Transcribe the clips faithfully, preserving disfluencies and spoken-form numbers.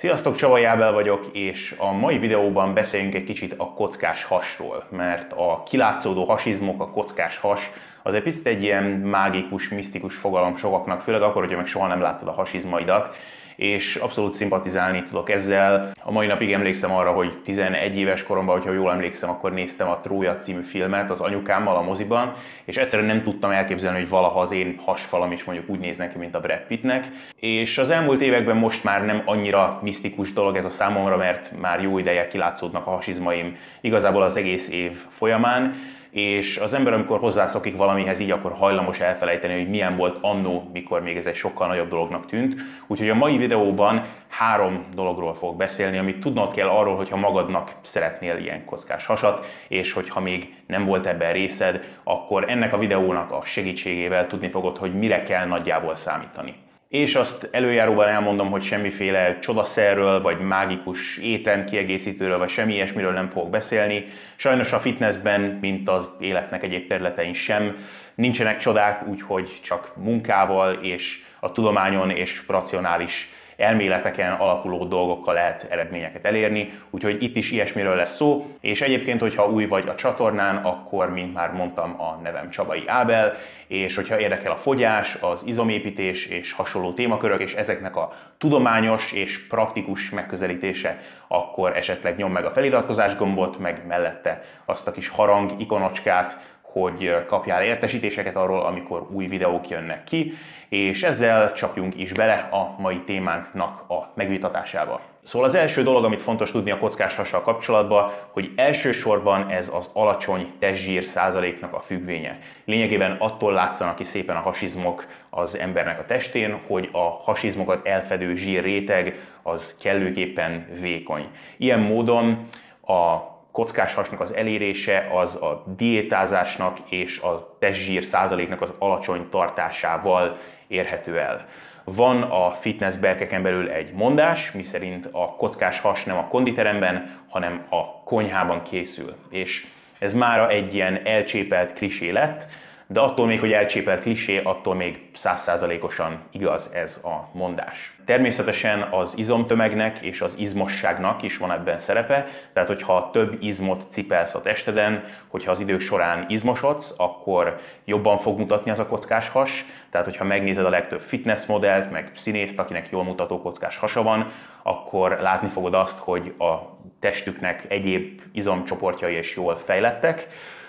Sziasztok, Csavai Ábel vagyok, és a mai videóban beszéljünk egy kicsit a kockás hasról, mert a kilátszódó hasizmok, a kockás has, az egy picit egy ilyen mágikus, misztikus fogalom sokaknak, főleg akkor, hogyha meg soha nem láttad a hasizmaidat, és abszolút szimpatizálni tudok ezzel. A mai napig emlékszem arra, hogy tizenegy éves koromban, hogyha jól emlékszem, akkor néztem a Trója című filmet az anyukámmal a moziban, és egyszerűen nem tudtam elképzelni, hogy valaha az én hasfalam is mondjuk úgy néz neki, mint a Brad Pittnek. És az elmúlt években most már nem annyira misztikus dolog ez a számomra, mert már jó ideje kilátszódnak a hasizmaim igazából az egész év folyamán, és az ember, amikor hozzászokik valamihez így, akkor hajlamos elfelejteni, hogy milyen volt annó, mikor még ez egy sokkal nagyobb dolognak tűnt. Úgyhogy a mai videóban három dologról fogok beszélni, amit tudnod kell arról, hogyha magadnak szeretnél ilyen kockás hasat, és hogyha még nem volt ebben részed, akkor ennek a videónak a segítségével tudni fogod, hogy mire kell nagyjából számítani. És azt előjáróban elmondom, hogy semmiféle csodaszerről, vagy mágikus étrend kiegészítőről, vagy semmi ilyesmiről nem fogok beszélni. Sajnos a fitnessben, mint az életnek egyéb területein sem, nincsenek csodák, úgyhogy csak munkával és a tudományon és racionális elméleteken alapuló dolgokkal lehet eredményeket elérni, úgyhogy itt is ilyesmiről lesz szó, és egyébként, hogyha új vagy a csatornán, akkor, mint már mondtam, a nevem Csavai Ábel, és hogyha érdekel a fogyás, az izomépítés és hasonló témakörök, és ezeknek a tudományos és praktikus megközelítése, akkor esetleg nyomd meg a feliratkozás gombot, meg mellette azt a kis harang ikonocskát, hogy kapjál értesítéseket arról, amikor új videók jönnek ki, és ezzel csapjunk is bele a mai témánknak a megvitatásába. Szóval az első dolog, amit fontos tudni a kockás hassal kapcsolatban, hogy elsősorban ez az alacsony testzsír százaléknak a függvénye. Lényegében attól látszanak ki szépen a hasizmok az embernek a testén, hogy a hasizmokat elfedő zsírréteg az kellőképpen vékony. Ilyen módon a kockás hasnak az elérése az a diétázásnak és a testzsír százaléknak az alacsony tartásával érhető el. Van a fitness berkeken belül egy mondás, miszerint a kockás has nem a konditeremben, hanem a konyhában készül. És ez mára egy ilyen elcsépelt klisé lett, de attól még, hogy elcsépelt klisé, attól még száz százalékosan igaz ez a mondás. Természetesen az izomtömegnek és az izmosságnak is van ebben szerepe, tehát hogyha több izmot cipelsz a testeden, hogyha az idők során izmosodsz, akkor jobban fog mutatni az a kockás has, tehát hogyha megnézed a legtöbb fitness modellt, meg színészt, akinek jól mutató kockás hasa van, akkor látni fogod azt, hogy a testüknek egyéb izomcsoportjai is jól fejlettek,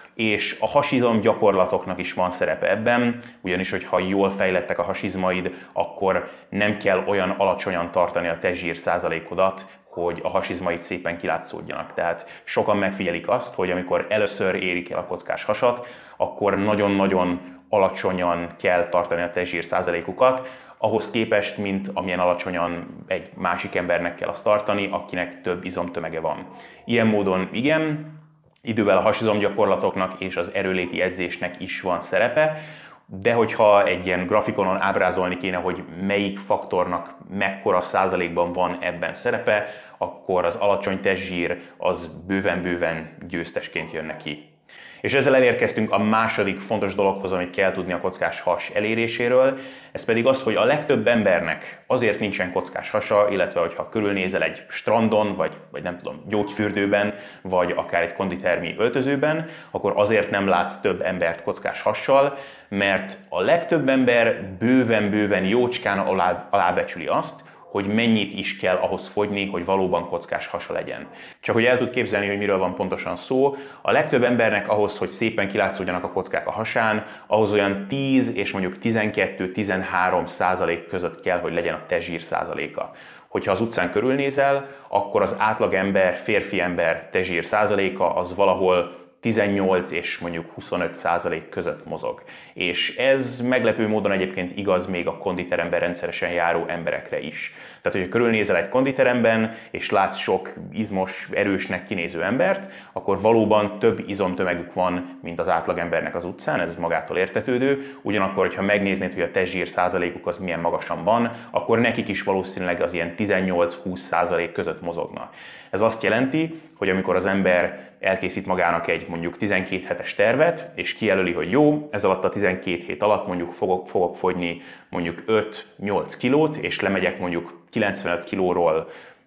és a hasizom gyakorlatoknak is van szerepe ebben, ugyanis, hogyha jól fejlettek a hasizmaid, akkor nem kell olyan alacsonyan tartani a testzsír százalékodat, hogy a hasizmaid szépen kilátszódjanak. Tehát sokan megfigyelik azt, hogy amikor először érik el a kockás hasat, akkor nagyon-nagyon alacsonyan kell tartani a testzsír százalékukat, ahhoz képest, mint amilyen alacsonyan egy másik embernek kell azt tartani, akinek több izomtömege van. Ilyen módon igen, idővel a hasizomgyakorlatoknak és az erőléti edzésnek is van szerepe, de hogyha egy ilyen grafikonon ábrázolni kéne, hogy melyik faktornak mekkora százalékban van ebben szerepe, akkor az alacsony testzsír az bőven-bőven győztesként jön neki. És ezzel elérkeztünk a második fontos dologhoz, amit kell tudni a kockás has eléréséről, ez pedig az, hogy a legtöbb embernek azért nincsen kockás hasa, illetve hogyha körülnézel egy strandon, vagy, vagy nem tudom, gyógyfürdőben, vagy akár egy konditermi öltözőben, akkor azért nem látsz több embert kockás hassal, mert a legtöbb ember bőven-bőven jócskán alá, alábecsüli azt, hogy mennyit is kell ahhoz fogyni, hogy valóban kockás hasa legyen. Csak hogy el tud képzelni, hogy miről van pontosan szó, a legtöbb embernek ahhoz, hogy szépen kilátszódjanak a kockák a hasán, ahhoz olyan tíz és mondjuk tizenkettő-tizenhárom százalék között kell, hogy legyen a testzsír százaléka. Hogyha az utcán körülnézel, akkor az átlagember, férfi ember testzsír százaléka az valahol tizennyolc és mondjuk huszonöt százalék között mozog. És ez meglepő módon egyébként igaz még a konditeremben rendszeresen járó emberekre is. Tehát, hogyha körülnézel egy konditeremben, és látsz sok izmos, erősnek kinéző embert, akkor valóban több izomtömegük van, mint az átlagembernek az utcán, ez magától értetődő. Ugyanakkor, hogyha megnéznéd, hogy a testzsír százalékuk az milyen magasan van, akkor nekik is valószínűleg az ilyen tizennyolc-húsz százalék között mozogna. Ez azt jelenti, hogy amikor az ember elkészít magának egy mondjuk tizenkét hetes tervet, és kijelöli, hogy jó, ez alatt a tizenkét hét alatt mondjuk fogok, fogok fogyni mondjuk öt-nyolc kilót, és lemegyek mondjuk kilencvenöt kilóról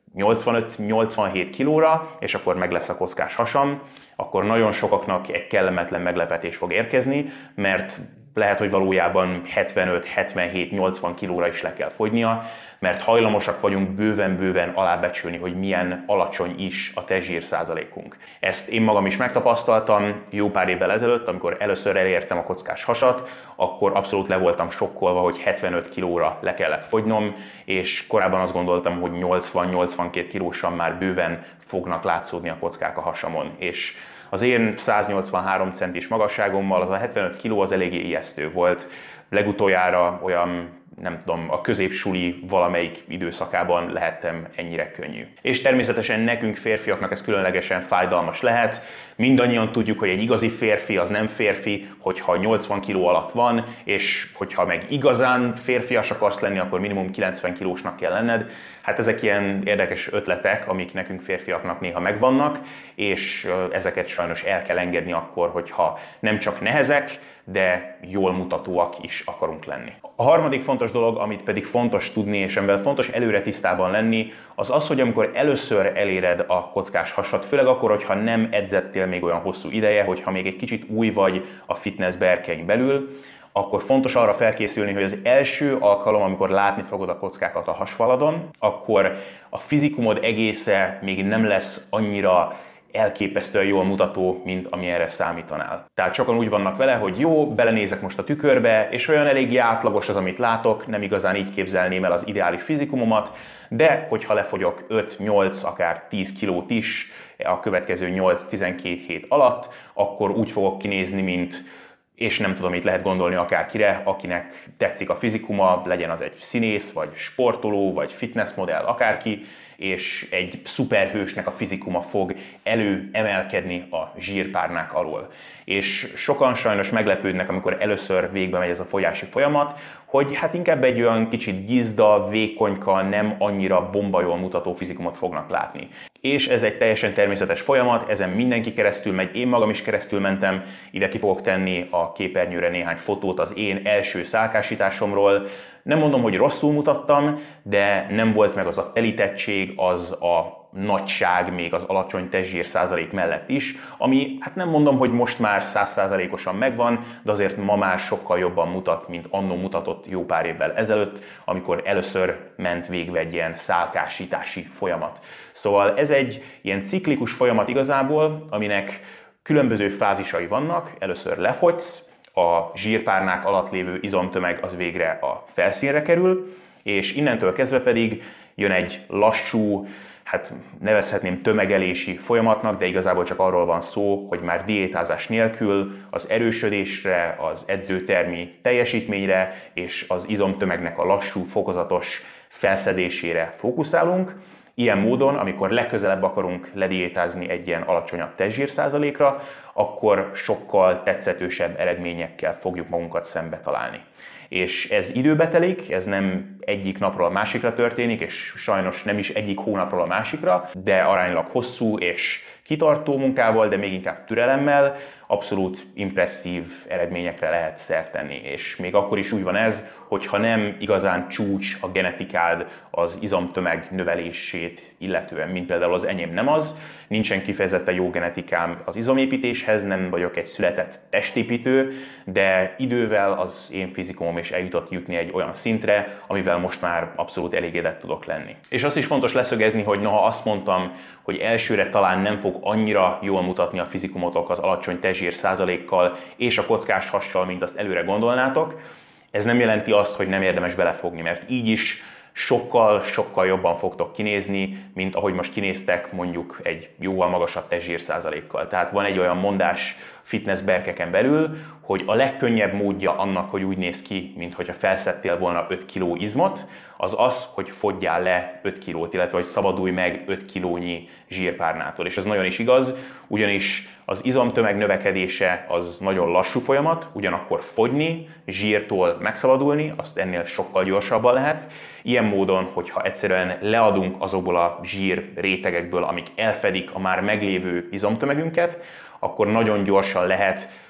nyolcvanöt-nyolcvanhét kilóra, és akkor meg lesz a kockás hasam, akkor nagyon sokaknak egy kellemetlen meglepetés fog érkezni, mert lehet, hogy valójában hetvenöt, hetvenhét, nyolcvan kilóra is le kell fogynia, mert hajlamosak vagyunk bőven-bőven alábecsülni, hogy milyen alacsony is a testzsír százalékunk. Ezt én magam is megtapasztaltam jó pár évvel ezelőtt, amikor először elértem a kockás hasat, akkor abszolút le voltam sokkolva, hogy hetvenöt kilóra le kellett fogynom, és korábban azt gondoltam, hogy nyolcvan-nyolcvankét kilósan már bőven fognak látszódni a kockák a hasamon. És az én száznyolcvanhárom centis magasságommal az a hetvenöt kiló az eléggé ijesztő volt. Legutoljára olyan, nem tudom, a középsuli valamelyik időszakában lehettem ennyire könnyű. És természetesen nekünk férfiaknak ez különlegesen fájdalmas lehet. Mindannyian tudjuk, hogy egy igazi férfi az nem férfi, hogyha nyolcvan kiló alatt van, és hogyha meg igazán férfias akarsz lenni, akkor minimum kilencven kilósnak kell lenned. Hát ezek ilyen érdekes ötletek, amik nekünk férfiaknak néha megvannak, és ezeket sajnos el kell engedni akkor, hogyha nem csak nehezek, de jól mutatóak is akarunk lenni. A harmadik fontos dolog, amit pedig fontos tudni, és amivel fontos előre tisztában lenni, az az, hogy amikor először eléred a kockás hasat, főleg akkor, hogyha nem edzettél még olyan hosszú ideje, hogyha még egy kicsit új vagy a fitness berkein belül, akkor fontos arra felkészülni, hogy az első alkalom, amikor látni fogod a kockákat a hasfaladon, akkor a fizikumod egésze még nem lesz annyira elképesztően jól mutató, mint amilyenre számítanál. Tehát sokan úgy vannak vele, hogy jó, belenézek most a tükörbe, és olyan eléggé átlagos az, amit látok, nem igazán így képzelném el az ideális fizikumomat, de hogyha lefogyok öt-nyolc, akár tíz kilót is a következő nyolc-tizenkét hét alatt, akkor úgy fogok kinézni, mint, és nem tudom, itt lehet gondolni akárkire, akinek tetszik a fizikuma, legyen az egy színész, vagy sportoló, vagy fitnessmodell, akárki, és egy szuperhősnek a fizikuma fog előemelkedni a zsírpárnák alól. És sokan sajnos meglepődnek, amikor először végbe megy ez a fogyási folyamat, hogy hát inkább egy olyan kicsit gizda, vékonyka, nem annyira bomba jól mutató fizikumot fognak látni. És ez egy teljesen természetes folyamat, ezen mindenki keresztül megy, én magam is keresztül mentem, ide ki fogok tenni a képernyőre néhány fotót az én első szálkásításomról. Nem mondom, hogy rosszul mutattam, de nem volt meg az a telítettség, az a nagyság még az alacsony testzsír százalék mellett is, ami hát nem mondom, hogy most már száz százalékosan megvan, de azért ma már sokkal jobban mutat, mint annó mutatott jó pár évvel ezelőtt, amikor először ment végbe egy ilyen szálkásítási folyamat. Szóval ez egy ilyen ciklikus folyamat igazából, aminek különböző fázisai vannak, először lefogysz, a zsírpárnák alatt lévő izomtömeg az végre a felszínre kerül, és innentől kezdve pedig jön egy lassú, hát nevezhetném tömegelési folyamatnak, de igazából csak arról van szó, hogy már diétázás nélkül az erősödésre, az edzőtermi teljesítményre és az izomtömegnek a lassú, fokozatos felszedésére fókuszálunk. Ilyen módon, amikor legközelebb akarunk lediétázni egy ilyen alacsonyabb testzsír százalékra, akkor sokkal tetszetősebb eredményekkel fogjuk magunkat szembe találni. És ez időbe telik, ez nem egyik napról a másikra történik, és sajnos nem is egyik hónapról a másikra, de aránylag hosszú és kitartó munkával, de még inkább türelemmel abszolút impresszív eredményekre lehet szert tenni. És még akkor is úgy van ez, hogyha nem igazán csúcs a genetikád az izomtömeg növelését illetően, mint például az enyém nem az, nincsen kifejezetten jó genetikám az izomépítéshez, nem vagyok egy született testépítő, de idővel az én fizikumom is eljutott jutni egy olyan szintre, amivel most már abszolút elégedett tudok lenni. És azt is fontos leszögezni, hogy noha azt mondtam, hogy elsőre talán nem fog annyira jól mutatni a fizikumotok az alacsony testzsír százalékkal és a kockás hassal, mint azt előre gondolnátok, ez nem jelenti azt, hogy nem érdemes belefogni, mert így is sokkal-sokkal jobban fogtok kinézni, mint ahogy most kinéztek mondjuk egy jóval magasabb testzsír százalékkal. Tehát van egy olyan mondás fitness berkeken belül, hogy a legkönnyebb módja annak, hogy úgy néz ki, mintha felszedtél volna öt kiló izmot, az az, hogy fogyjál le öt kilót, illetve hogy szabadulj meg öt kilónyi zsírpárnától. És ez nagyon is igaz, ugyanis az izomtömeg növekedése az nagyon lassú folyamat, ugyanakkor fogyni, zsírtól megszabadulni, azt ennél sokkal gyorsabban lehet. Ilyen módon, hogyha egyszerűen leadunk azokból a zsír rétegekből, amik elfedik a már meglévő izomtömegünket, akkor nagyon gyorsan lehet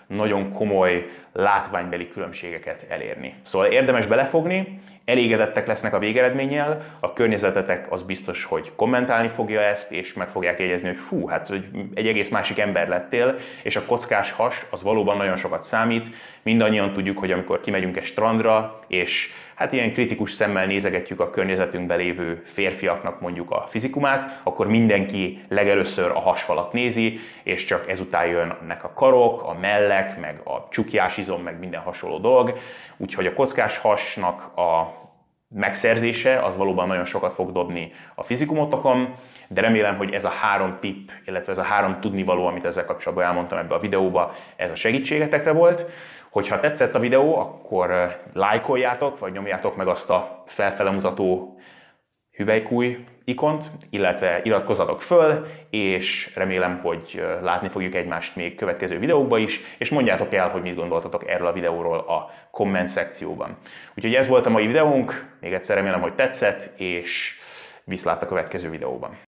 nagyon komoly látványbeli különbségeket elérni. Szóval érdemes belefogni, elégedettek lesznek a végeredménnyel, a környezetetek az biztos, hogy kommentálni fogja ezt, és meg fogják jegyezni, hogy fú, hát hogy egy egész másik ember lettél, és a kockás has az valóban nagyon sokat számít. Mindannyian tudjuk, hogy amikor kimegyünk egy strandra, és hát ilyen kritikus szemmel nézegetjük a környezetünkben lévő férfiaknak mondjuk a fizikumát, akkor mindenki legelőször a hasfalat nézi, és csak ezután jönnek a karok, a mellek, meg a csukjás izom, meg minden hasonló dolog. Úgyhogy a kockás hasnak a megszerzése az valóban nagyon sokat fog dobni a fizikumotokon, de remélem, hogy ez a három tipp, illetve ez a három tudnivaló, amit ezzel kapcsolatban elmondtam ebbe a videóba, ez a segítségetekre volt. Hogyha tetszett a videó, akkor lájkoljátok, vagy nyomjátok meg azt a felfele mutató hüvelykúj ikont, illetve iratkozzatok föl, és remélem, hogy látni fogjuk egymást még következő videókban is, és mondjátok el, hogy mit gondoltatok erről a videóról a komment szekcióban. Úgyhogy ez volt a mai videónk, még egyszer remélem, hogy tetszett, és viszlát a következő videóban.